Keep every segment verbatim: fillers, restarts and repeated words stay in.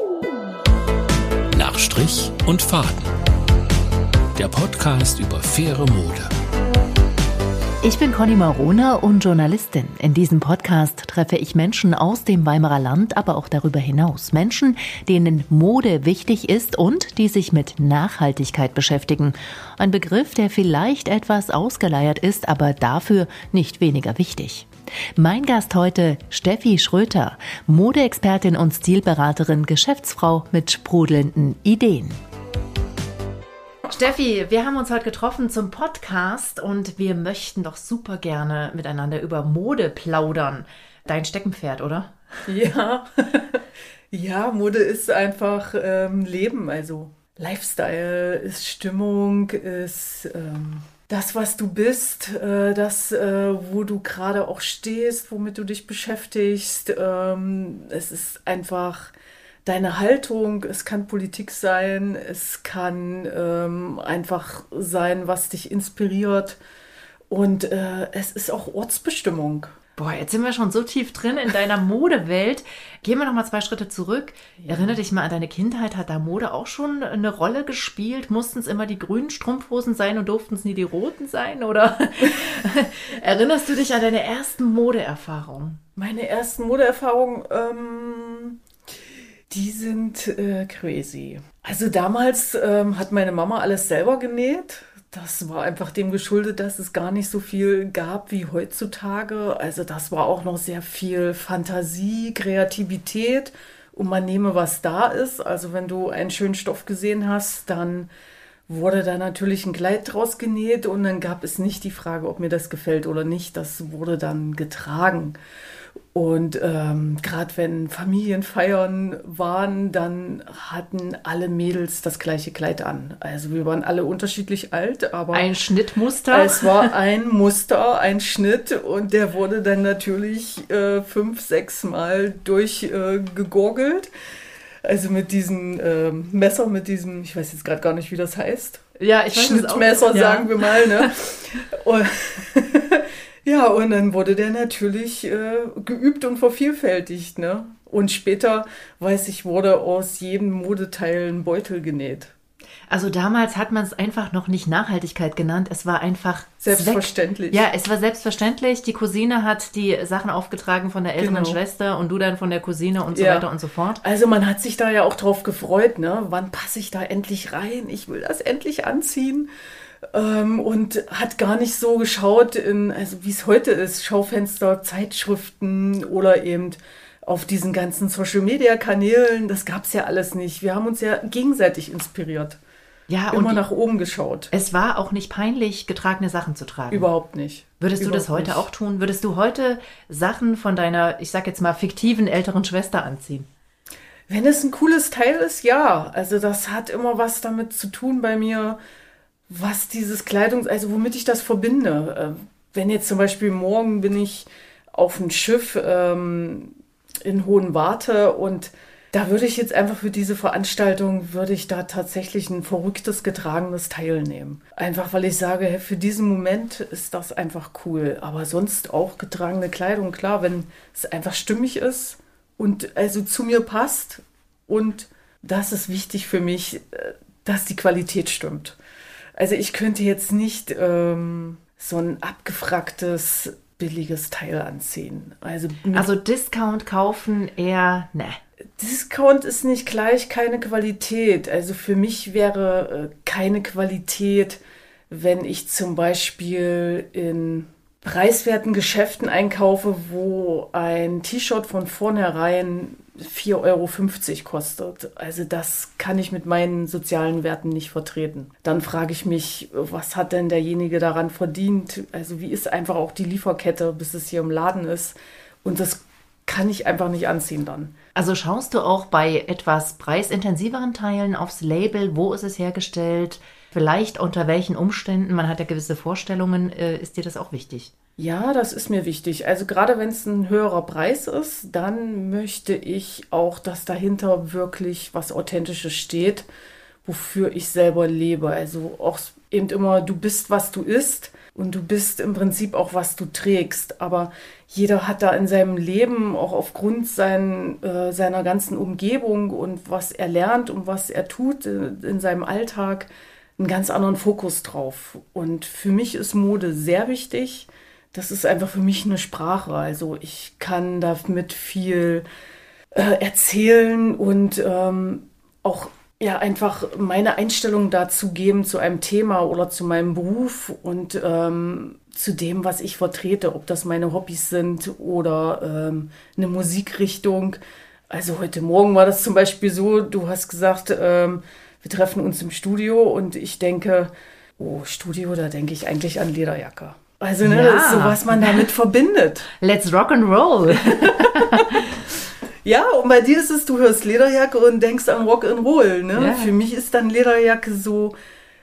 Nach Strich und Faden. Der Podcast über faire Mode. Ich bin Conny Marona und Journalistin. In diesem Podcast treffe ich Menschen aus dem Weimarer Land, aber auch darüber hinaus. Menschen, denen Mode wichtig ist und die sich mit Nachhaltigkeit beschäftigen. Ein Begriff, der vielleicht etwas ausgeleiert ist, aber dafür nicht weniger wichtig. Mein Gast heute, Steffi Schröter, Modeexpertin und Stilberaterin, Geschäftsfrau mit sprudelnden Ideen. Steffi, wir haben uns heute getroffen zum Podcast und wir möchten doch super gerne miteinander über Mode plaudern. Dein Steckenpferd, oder? Ja, ja, Mode ist einfach ähm, Leben, also Lifestyle ist Stimmung, ist ähm, das, was du bist, äh, das, äh, wo du gerade auch stehst, womit du dich beschäftigst. Ähm, es ist einfach deine Haltung, es kann Politik sein, es kann ähm, einfach sein, was dich inspiriert und äh, es ist auch Ortsbestimmung. Boah, jetzt sind wir schon so tief drin in deiner Modewelt. Gehen wir noch mal zwei Schritte zurück. Ja. Erinnere dich mal an deine Kindheit. Hat da Mode auch schon eine Rolle gespielt? Mussten es immer die grünen Strumpfhosen sein und durften es nie die roten sein? Oder erinnerst du dich an deine ersten Modeerfahrungen? Meine ersten Modeerfahrungen, ähm... die sind äh, crazy. Also damals ähm, hat meine Mama alles selber genäht. Das war einfach dem geschuldet, dass es gar nicht so viel gab wie heutzutage. Also das war auch noch sehr viel Fantasie, Kreativität und man nehme, was da ist. Also wenn du einen schönen Stoff gesehen hast, dann wurde da natürlich ein Kleid draus genäht und dann gab es nicht die Frage, ob mir das gefällt oder nicht. Das wurde dann getragen. Und ähm, gerade wenn Familienfeiern waren, dann hatten alle Mädels das gleiche Kleid an. Also wir waren alle unterschiedlich alt, aber ein Schnittmuster. Es war ein Muster, ein Schnitt und der wurde dann natürlich äh, fünf, sechs Mal durchgegurgelt. Äh, also mit diesem äh, Messer, mit diesem, ich weiß jetzt gerade gar nicht, wie das heißt. Ja, ich weiß Schnittmesser, es auch. sagen ja. wir mal, ne? Und ja, und dann wurde der natürlich äh, geübt und vervielfältigt, ne? Und später, weiß ich, wurde aus jedem Modeteil ein Beutel genäht. Also damals hat man es einfach noch nicht Nachhaltigkeit genannt. Es war einfach selbstverständlich. Zweck. Ja, es war selbstverständlich. Die Cousine hat die Sachen aufgetragen von der älteren genau. Schwester und du dann von der Cousine und so ja. weiter und so fort. Also man hat sich da ja auch drauf gefreut, ne? Wann passe ich da endlich rein? Ich will das endlich anziehen. Ähm, und hat gar nicht so geschaut, in, also wie es heute ist, Schaufenster, Zeitschriften oder eben auf diesen ganzen Social-Media-Kanälen. Das gab es ja alles nicht. Wir haben uns ja gegenseitig inspiriert. Ja, immer und nach oben geschaut. Es war auch nicht peinlich, getragene Sachen zu tragen. Überhaupt nicht. Würdest Überhaupt du das heute nicht. auch tun? Würdest du heute Sachen von deiner, ich sag jetzt mal, fiktiven älteren Schwester anziehen? Wenn es ein cooles Teil ist, ja. Also das hat immer was damit zu tun bei mir, was dieses Kleidungs-, also womit ich das verbinde. Wenn jetzt zum Beispiel morgen bin ich auf ein Schiff ähm, in Hohenwarte und da würde ich jetzt einfach für diese Veranstaltung, würde ich da tatsächlich ein verrücktes, getragenes Teil nehmen. Einfach, weil ich sage, hey, für diesen Moment ist das einfach cool. Aber sonst auch getragene Kleidung, klar, wenn es einfach stimmig ist und also zu mir passt und das ist wichtig für mich, dass die Qualität stimmt. Also ich könnte jetzt nicht ähm, so ein abgefragtes, billiges Teil anziehen. Also, also Discount kaufen eher, ne. Discount ist nicht gleich keine Qualität. Also für mich wäre äh, keine Qualität, wenn ich zum Beispiel in preiswerten Geschäften einkaufe, wo ein T-Shirt von vornherein vier Euro fünfzig kostet. Also das kann ich mit meinen sozialen Werten nicht vertreten. Dann frage ich mich, was hat denn derjenige daran verdient? Also wie ist einfach auch die Lieferkette, bis es hier im Laden ist? Und das kann ich einfach nicht anziehen dann. Also schaust du auch bei etwas preisintensiveren Teilen aufs Label, wo ist es hergestellt, vielleicht unter welchen Umständen, man hat ja gewisse Vorstellungen, äh, ist dir das auch wichtig? Ja, das ist mir wichtig. Also gerade wenn es ein höherer Preis ist, dann möchte ich auch, dass dahinter wirklich was Authentisches steht, wofür ich selber lebe. Also auch eben immer, du bist, was du isst und du bist im Prinzip auch, was du trägst. Aber jeder hat da in seinem Leben, auch aufgrund sein, äh, seiner ganzen Umgebung und was er lernt und was er tut in, in seinem Alltag, einen ganz anderen Fokus drauf. Und für mich ist Mode sehr wichtig. Das ist einfach für mich eine Sprache. Also ich kann damit viel äh, erzählen und ähm, auch ja einfach meine Einstellung dazu geben zu einem Thema oder zu meinem Beruf und ähm, zu dem, was ich vertrete, ob das meine Hobbys sind oder ähm, eine Musikrichtung. Also heute Morgen war das zum Beispiel so, du hast gesagt, ähm, wir treffen uns im Studio und ich denke, oh, Studio, da denke ich eigentlich an Lederjacke. Also ne, ja. Das ist so, was man damit verbindet. Let's rock and roll. Ja, und bei dir ist es, du hörst Lederjacke und denkst an Rock'n'Roll. Ne? Ja. Für mich ist dann Lederjacke so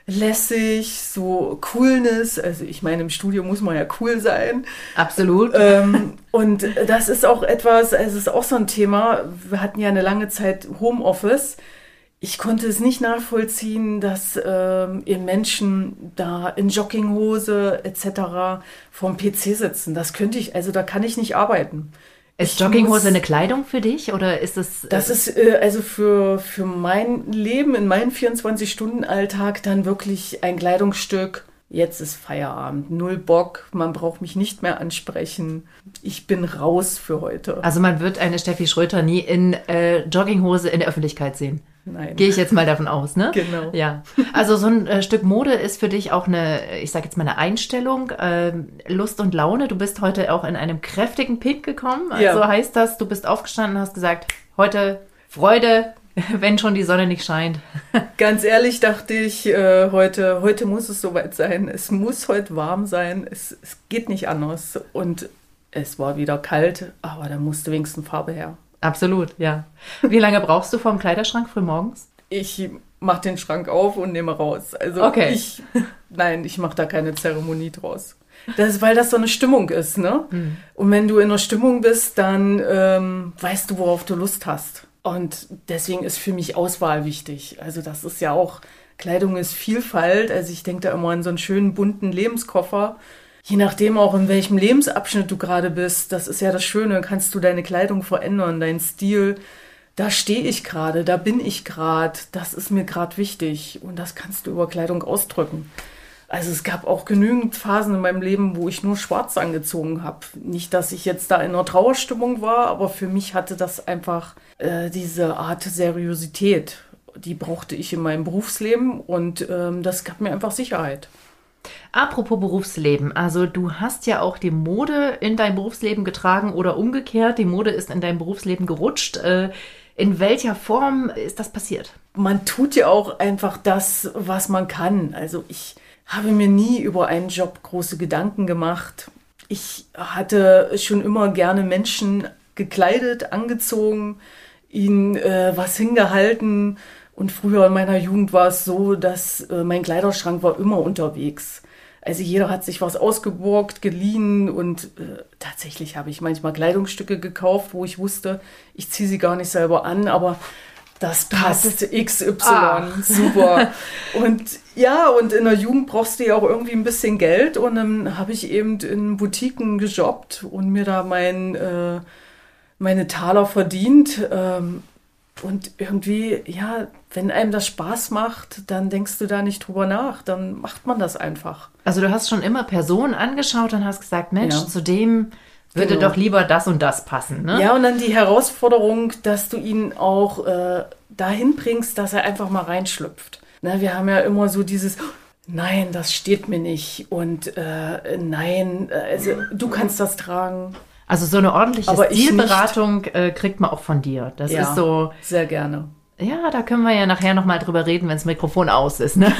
lässig, so Coolness. Also ich meine, im Studio muss man ja cool sein. Absolut. Ähm, und das ist auch etwas, es ist auch so ein Thema, wir hatten ja eine lange Zeit Homeoffice. Ich konnte es nicht nachvollziehen, dass ähm, ihr Menschen da in Jogginghose et cetera vorm P C sitzen. Das könnte ich, also da kann ich nicht arbeiten. Ist Ich Jogginghose muss- eine Kleidung für dich oder ist es... Das ist äh, also für, für mein Leben, in meinem vierundzwanzig-Stunden-Alltag dann wirklich ein Kleidungsstück. Jetzt ist Feierabend, null Bock, man braucht mich nicht mehr ansprechen. Ich bin raus für heute. Also man wird eine Steffi Schröter nie in äh, Jogginghose in der Öffentlichkeit sehen. Nein. Gehe ich jetzt mal davon aus, ne? Genau. Ja. Also so ein äh, Stück Mode ist für dich auch eine, ich sage jetzt mal eine Einstellung, ähm, Lust und Laune. Du bist heute auch in einem kräftigen Pink gekommen. Also Ja. heißt das, du bist aufgestanden und hast gesagt, heute Freude, wenn schon die Sonne nicht scheint. Ganz ehrlich dachte ich, äh, heute, heute muss es soweit sein. Es muss heute warm sein. Es, es geht nicht anders. Und es war wieder kalt, aber da musste wenigstens Farbe her. Absolut, ja. Wie lange brauchst du vorm Kleiderschrank früh morgens? Ich mache den Schrank auf und nehme raus. Also Okay. ich, nein, ich mache da keine Zeremonie draus. Das ist, weil das so eine Stimmung ist, ne? Hm. Und wenn du in einer Stimmung bist, dann ähm, weißt du, worauf du Lust hast. Und deswegen ist für mich Auswahl wichtig. Also das ist ja auch, Kleidung ist Vielfalt. Also ich denke da immer an so einen schönen bunten Lebenskoffer. Je nachdem auch, in welchem Lebensabschnitt du gerade bist, das ist ja das Schöne, kannst du deine Kleidung verändern, deinen Stil. Da stehe ich gerade, da bin ich gerade, das ist mir gerade wichtig und das kannst du über Kleidung ausdrücken. Also es gab auch genügend Phasen in meinem Leben, wo ich nur schwarz angezogen habe. Nicht, dass ich jetzt da in einer Trauerstimmung war, aber für mich hatte das einfach äh, diese Art Seriosität. Die brauchte ich in meinem Berufsleben und ähm, das gab mir einfach Sicherheit. Apropos Berufsleben, also du hast ja auch die Mode in dein Berufsleben getragen oder umgekehrt, die Mode ist in dein Berufsleben gerutscht. Äh, In welcher Form ist das passiert? Man tut ja auch einfach das, was man kann. Also ich habe mir nie über einen Job große Gedanken gemacht. Ich hatte schon immer gerne Menschen gekleidet, angezogen, ihnen äh, was hingehalten. Und früher in meiner Jugend war es so, dass äh, mein Kleiderschrank war immer unterwegs. Also jeder hat sich was ausgeborgt, geliehen und äh, tatsächlich habe ich manchmal Kleidungsstücke gekauft, wo ich wusste, ich ziehe sie gar nicht selber an, aber das passt X Y, Ach. super. Und ja, und in der Jugend brauchst du ja auch irgendwie ein bisschen Geld und dann habe ich eben in Boutiquen gejobbt und mir da mein, äh, meine Taler verdient. Ähm, Und irgendwie, ja, wenn einem das Spaß macht, dann denkst du da nicht drüber nach, dann macht man das einfach. Also du hast schon immer Personen angeschaut und hast gesagt, Mensch, Ja. zu dem würde Genau. doch lieber das und das passen, ne? Ja, und dann die Herausforderung, dass du ihn auch äh, dahin bringst, dass er einfach mal reinschlüpft. Na, wir haben ja immer so dieses, nein, das steht mir nicht und äh, nein, also du kannst das tragen. Also so eine ordentliche Aber ich Stilberatung äh, kriegt man auch von dir. Das Ja, ist so, sehr gerne. ja, da können wir ja nachher nochmal drüber reden, wenn das Mikrofon aus ist, ne?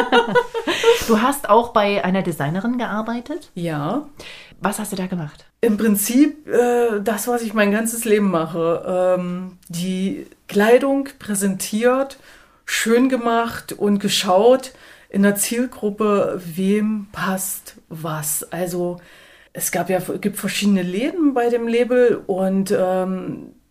Du hast auch bei einer Designerin gearbeitet. Ja. Was hast du da gemacht? Im Prinzip äh, das, was ich mein ganzes Leben mache. Ähm, die Kleidung präsentiert, schön gemacht und geschaut in der Zielgruppe, wem passt was. Also es gab ja, gibt verschiedene Läden bei dem Label und ähm,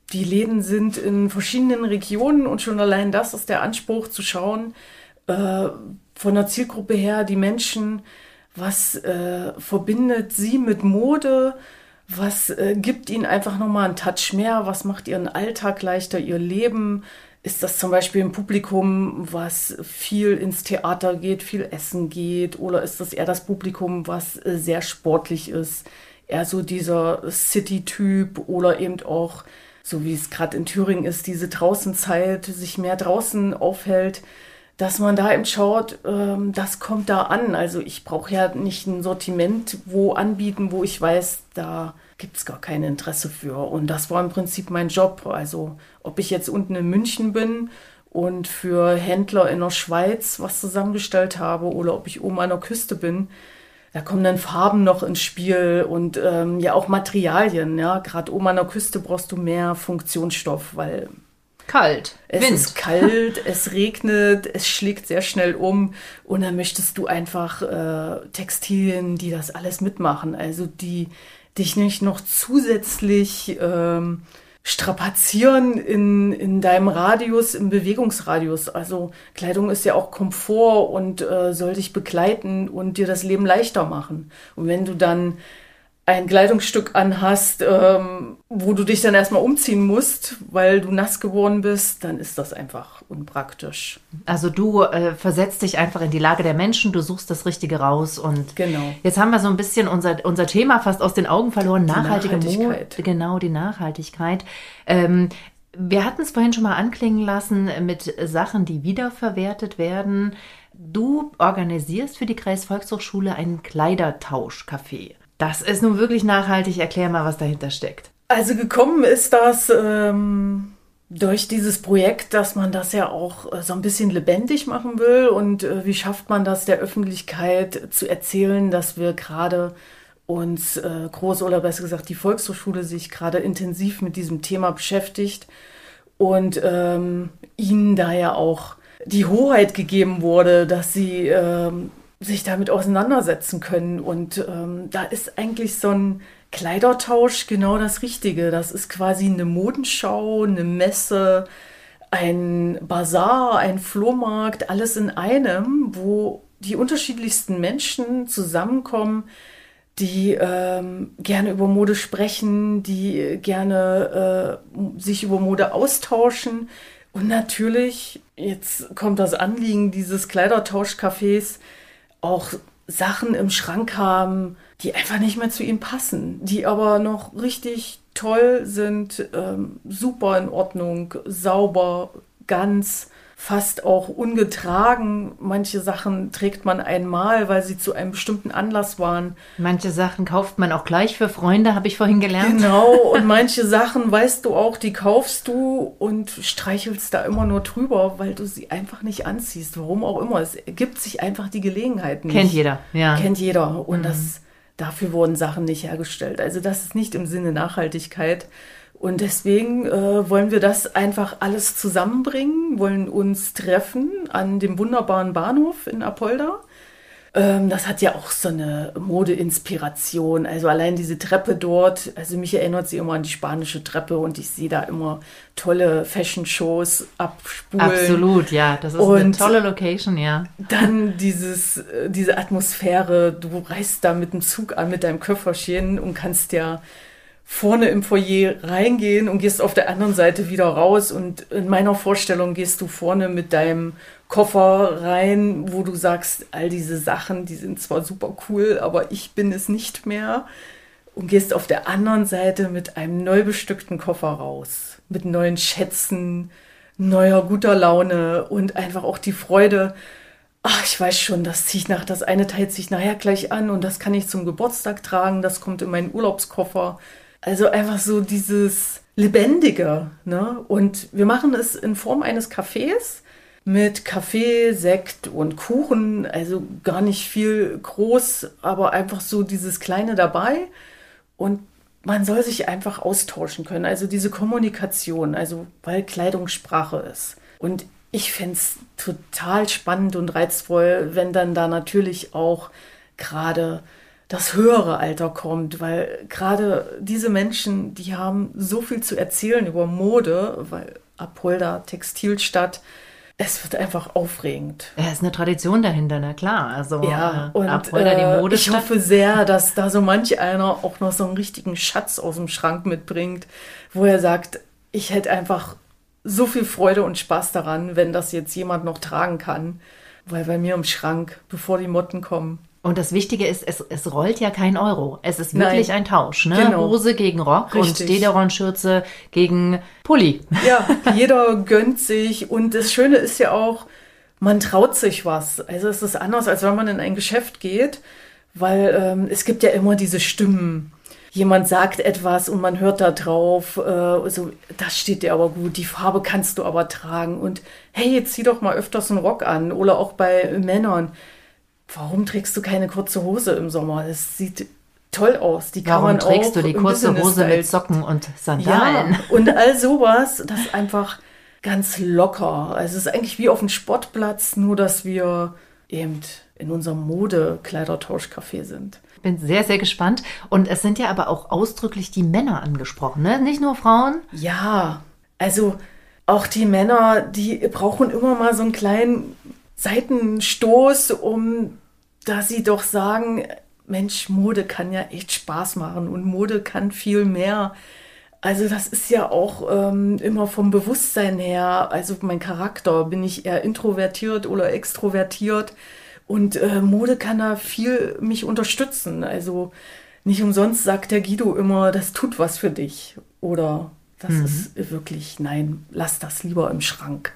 die Läden sind in verschiedenen Regionen und schon allein das ist der Anspruch zu schauen, äh, von der Zielgruppe her, die Menschen, was äh, verbindet sie mit Mode, was äh, gibt ihnen einfach nochmal einen Touch mehr, was macht ihren Alltag leichter, ihr Leben. Ist das zum Beispiel ein Publikum, was viel ins Theater geht, viel essen geht, oder ist das eher das Publikum, was äh, sehr sportlich ist, eher so dieser City-Typ oder eben auch, so wie es gerade in Thüringen ist, diese Draußenzeit, sich mehr draußen aufhält, dass man da eben schaut, ähm, das kommt da an. Also ich brauche ja nicht ein Sortiment wo anbieten, wo ich weiß, da gibt es gar kein Interesse für. Und das war im Prinzip mein Job. Also ob ich jetzt unten in München bin und für Händler in der Schweiz was zusammengestellt habe oder ob ich oben an der Küste bin, da kommen dann Farben noch ins Spiel und ähm, ja auch Materialien. Ja, gerade oben an der Küste brauchst du mehr Funktionsstoff, weil kalt, es Wind. ist kalt, es regnet, es schlägt sehr schnell um und dann möchtest du einfach äh, Textilien, die das alles mitmachen, also die dich nicht noch zusätzlich ähm, strapazieren in, in deinem Radius, im Bewegungsradius. Also Kleidung ist ja auch Komfort und äh, soll dich begleiten und dir das Leben leichter machen. Und wenn du dann ein Kleidungsstück anhast, ähm, wo du dich dann erstmal umziehen musst, weil du nass geworden bist, dann ist das einfach unpraktisch. Also du äh, versetzt dich einfach in die Lage der Menschen, du suchst das Richtige raus und genau. Jetzt haben wir so ein bisschen unser, unser Thema fast aus den Augen verloren, nachhaltige Mode, genau, die Nachhaltigkeit. Ähm, wir hatten es vorhin schon mal anklingen lassen mit Sachen, die wiederverwertet werden. Du organisierst für die Kreisvolkshochschule einen Kleidertauschcafé. Das ist nun wirklich nachhaltig. Erklär mal, was dahinter steckt. Also gekommen ist das ähm, durch dieses Projekt, dass man das ja auch äh, so ein bisschen lebendig machen will. Und äh, wie schafft man das, der Öffentlichkeit zu erzählen, dass wir gerade uns äh, groß oder besser gesagt die Volkshochschule sich gerade intensiv mit diesem Thema beschäftigt und ähm, ihnen da ja auch die Hoheit gegeben wurde, dass sie ähm, sich damit auseinandersetzen können. Und ähm, da ist eigentlich so ein Kleidertausch genau das Richtige. Das ist quasi eine Modenschau, eine Messe, ein Bazar, ein Flohmarkt, alles in einem, wo die unterschiedlichsten Menschen zusammenkommen, die ähm, gerne über Mode sprechen, die gerne äh, sich über Mode austauschen. Und natürlich, jetzt kommt das Anliegen dieses Kleidertauschcafés, auch Sachen im Schrank haben, die einfach nicht mehr zu ihnen passen, die aber noch richtig toll sind, ähm, super in Ordnung, sauber, ganz, fast auch ungetragen. Manche Sachen trägt man einmal, weil sie zu einem bestimmten Anlass waren. Manche Sachen kauft man auch gleich für Freunde, habe ich vorhin gelernt. Genau, und manche Sachen, weißt du auch, die kaufst du und streichelst da immer nur drüber, weil du sie einfach nicht anziehst. Warum auch immer. Es ergibt sich einfach die Gelegenheit nicht. Kennt jeder, ja. Kennt jeder. Und mhm. das, dafür wurden Sachen nicht hergestellt. Also das ist nicht im Sinne Nachhaltigkeit. Und deswegen äh, wollen wir das einfach alles zusammenbringen, wollen uns treffen an dem wunderbaren Bahnhof in Apolda. Ähm, das hat ja auch so eine Modeinspiration. Also allein diese Treppe dort, also mich erinnert sie immer an die spanische Treppe und ich sehe da immer tolle Fashion-Shows abspulen. Absolut, ja. Das ist und eine tolle Location, ja. Dann dieses, diese Atmosphäre, du reist da mit dem Zug an, mit deinem Köfferchen und kannst ja vorne im Foyer reingehen und gehst auf der anderen Seite wieder raus. Und in meiner Vorstellung gehst du vorne mit deinem Koffer rein, wo du sagst, all diese Sachen, die sind zwar super cool, aber ich bin es nicht mehr. Und gehst auf der anderen Seite mit einem neu bestückten Koffer raus. Mit neuen Schätzen, neuer guter Laune und einfach auch die Freude. Ach, ich weiß schon, das ziehe ich nach, das eine Teil ziehe ich nachher gleich an und das kann ich zum Geburtstag tragen, das kommt in meinen Urlaubskoffer. Also einfach so dieses Lebendige, ne? Und wir machen es in Form eines Cafés mit Kaffee, Sekt und Kuchen. Also gar nicht viel groß, aber einfach so dieses Kleine dabei. Und man soll sich einfach austauschen können. Also diese Kommunikation, also weil Kleidung Sprache ist. Und ich fände es total spannend und reizvoll, wenn dann da natürlich auch gerade das höhere Alter kommt, weil gerade diese Menschen, die haben so viel zu erzählen über Mode, weil Apolda Textilstadt, es wird einfach aufregend. Ja, ist eine Tradition dahinter, na klar. Also ja, äh, und Apolda, die äh, Modestadt. ich hoffe sehr, dass da so manch einer auch noch so einen richtigen Schatz aus dem Schrank mitbringt, wo er sagt, ich hätte einfach so viel Freude und Spaß daran, wenn das jetzt jemand noch tragen kann, weil bei mir im Schrank, bevor die Motten kommen. Und das Wichtige ist, es, es rollt ja kein Euro. Es ist wirklich Nein. ein Tausch, ne? Genau. Hose gegen Rock Richtig. und Dederon-Schürze gegen Pulli. Ja, jeder gönnt sich und das Schöne ist ja auch, man traut sich was. Also es ist anders, als wenn man in ein Geschäft geht, weil ähm, es gibt ja immer diese Stimmen. Jemand sagt etwas und man hört da drauf, äh, so, das steht dir aber gut, die Farbe kannst du aber tragen und hey, zieh doch mal öfters einen Rock an oder auch bei Männern. Warum trägst du keine kurze Hose im Sommer? Das sieht toll aus. Die kann Warum man trägst auch du die im kurze Hose Business-Style. mit Socken und Sandalen? Ja, und all sowas, das ist einfach ganz locker. Also es ist eigentlich wie auf dem Sportplatz, nur dass wir eben in unserem Mode-Kleidertauschcafé sind. Ich bin sehr, sehr gespannt. Und es sind ja aber auch ausdrücklich die Männer angesprochen, ne? Nicht nur Frauen. Ja, also auch die Männer, die brauchen immer mal so einen kleinen Seitenstoß, um, dass sie doch sagen, Mensch, Mode kann ja echt Spaß machen und Mode kann viel mehr. Also das ist ja auch ähm, immer vom Bewusstsein her, also mein Charakter, bin ich eher introvertiert oder extrovertiert und äh, Mode kann da viel mich unterstützen. Also nicht umsonst sagt der Guido immer, das tut was für dich oder das mhm. ist wirklich, nein, lass das lieber im Schrank.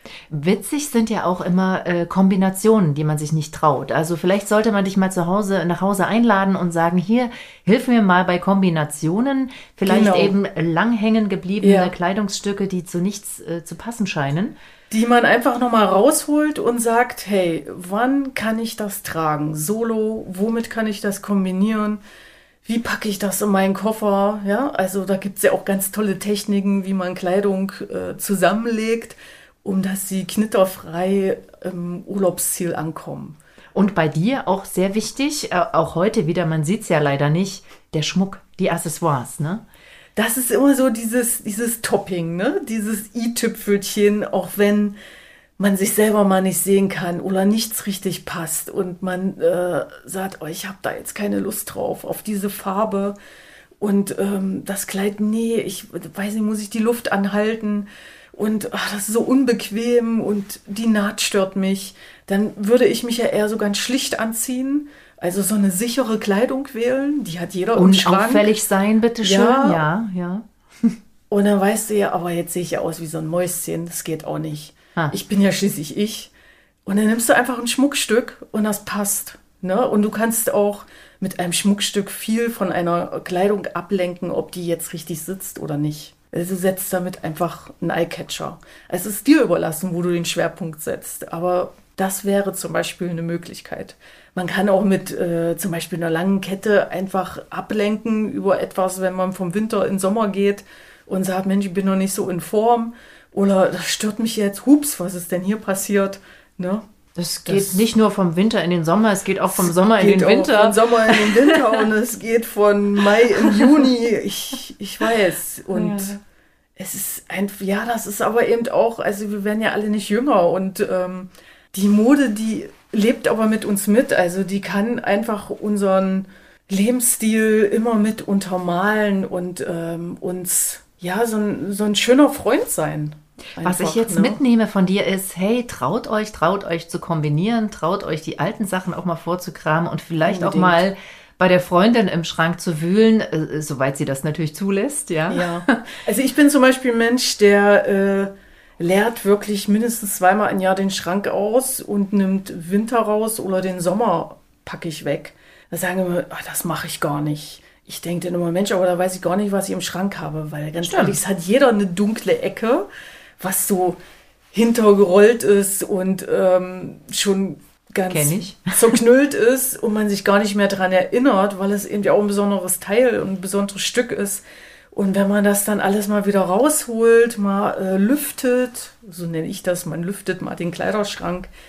Witzig sind ja auch immer äh, Kombinationen, die man sich nicht traut. Also vielleicht sollte man dich mal zu Hause nach Hause einladen und sagen, hier, hilf mir mal bei Kombinationen, vielleicht Genau. eben lang hängen gebliebene Ja. Kleidungsstücke, die zu nichts äh, zu passen scheinen. Die man einfach nochmal rausholt und sagt, hey, wann kann ich das tragen? Solo, womit kann ich das kombinieren? Wie packe ich das in meinen Koffer? Ja, also da gibt es ja auch ganz tolle Techniken, wie man Kleidung äh, zusammenlegt, um dass sie knitterfrei im Urlaubsziel ankommen. Und bei dir auch sehr wichtig, äh, auch heute wieder, man sieht es ja leider nicht, der Schmuck, die Accessoires, ne? Das ist immer so dieses, dieses Topping, ne? Dieses i-Tüpfelchen, auch wenn man sich selber mal nicht sehen kann oder nichts richtig passt und man äh, sagt, oh, ich habe da jetzt keine Lust drauf, auf diese Farbe und ähm, das Kleid, nee, ich weiß nicht, muss ich die Luft anhalten und ach, das ist so unbequem und die Naht stört mich, dann würde ich mich ja eher so ganz schlicht anziehen, also so eine sichere Kleidung wählen, die hat jeder im Schrank. Unauffällig sein, bitteschön. Ja. ja, ja. Und dann weißt du ja, aber jetzt sehe ich ja aus wie so ein Mäuschen, das geht auch nicht. Ha. Ich bin ja schließlich ich. Und dann nimmst du einfach ein Schmuckstück und das passt. Ne? Und du kannst auch mit einem Schmuckstück viel von einer Kleidung ablenken, ob die jetzt richtig sitzt oder nicht. Also du setzt damit einfach einen Eyecatcher. Es ist dir überlassen, wo du den Schwerpunkt setzt. Aber das wäre zum Beispiel eine Möglichkeit. Man kann auch mit äh, zum Beispiel einer langen Kette einfach ablenken über etwas, wenn man vom Winter in den Sommer geht und sagt, Mensch, ich bin noch nicht so in Form. Oder das stört mich jetzt, hups, was ist denn hier passiert? Ne? Das geht das nicht nur vom Winter in den Sommer, es geht auch vom Sommer in den Winter. Von Sommer in den Winter und es geht von Mai in Juni, ich, ich weiß. Und ja. es ist ein, ja, das ist aber eben auch, also wir werden ja alle nicht jünger und ähm, die Mode, die lebt aber mit uns mit, also die kann einfach unseren Lebensstil immer mit untermalen und ähm, uns ja so ein, so ein schöner Freund sein. Einfach, was ich jetzt ne? mitnehme von dir ist, hey, traut euch, traut euch zu kombinieren, traut euch die alten Sachen auch mal vorzukramen und vielleicht Unbedingt. auch mal bei der Freundin im Schrank zu wühlen, äh, soweit sie das natürlich zulässt. Ja. ja, also ich bin zum Beispiel ein Mensch, der äh, leert wirklich mindestens zweimal im Jahr den Schrank aus und nimmt Winter raus oder den Sommer packe ich weg. Da sagen wir, ach, das mache ich gar nicht. Ich denke dann immer, Mensch, aber da weiß ich gar nicht, was ich im Schrank habe, weil ganz Stimmt. ehrlich, es hat jeder eine dunkle Ecke, was so hintergerollt ist und ähm, schon ganz zerknüllt ist und man sich gar nicht mehr daran erinnert, weil es eben ja auch ein besonderes Teil und ein besonderes Stück ist. Und wenn man das dann alles mal wieder rausholt, mal äh, lüftet, so nenne ich das, man lüftet mal den Kleiderschrank,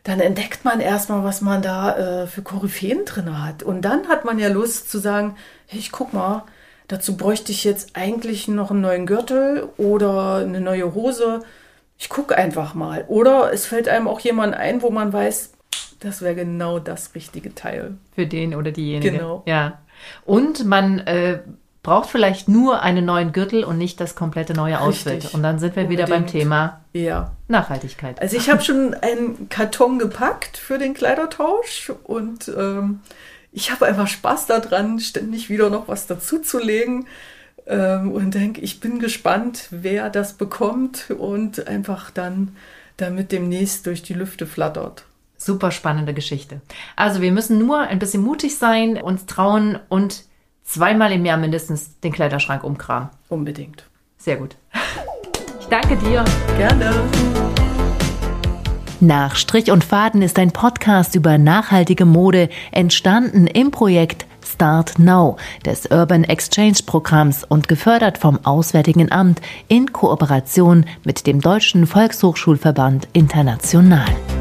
dann entdeckt man erstmal, was man da äh, für Koryphäen drin hat. Und dann hat man ja Lust zu sagen, hey, ich guck mal, dazu bräuchte ich jetzt eigentlich noch einen neuen Gürtel oder eine neue Hose. Ich gucke einfach mal. Oder es fällt einem auch jemand ein, wo man weiß, das wäre genau das richtige Teil. Für den oder diejenige. Genau. Ja. Und man äh, braucht vielleicht nur einen neuen Gürtel und nicht das komplette neue Outfit. Richtig. Und dann sind wir Unbedingt. wieder beim Thema Ja. Nachhaltigkeit. Also ich habe schon einen Karton gepackt für den Kleidertausch und ähm, ich habe einfach Spaß daran, ständig wieder noch was dazuzulegen ähm, und denke, ich bin gespannt, wer das bekommt und einfach dann damit demnächst durch die Lüfte flattert. Super spannende Geschichte. Also wir müssen nur ein bisschen mutig sein, uns trauen und zweimal im Jahr mindestens den Kleiderschrank umkramen. Unbedingt. Sehr gut. Ich danke dir. Gerne. Nach Strich und Faden ist ein Podcast über nachhaltige Mode, entstanden im Projekt Start Now des Urban Exchange Programms und gefördert vom Auswärtigen Amt in Kooperation mit dem Deutschen Volkshochschulverband International.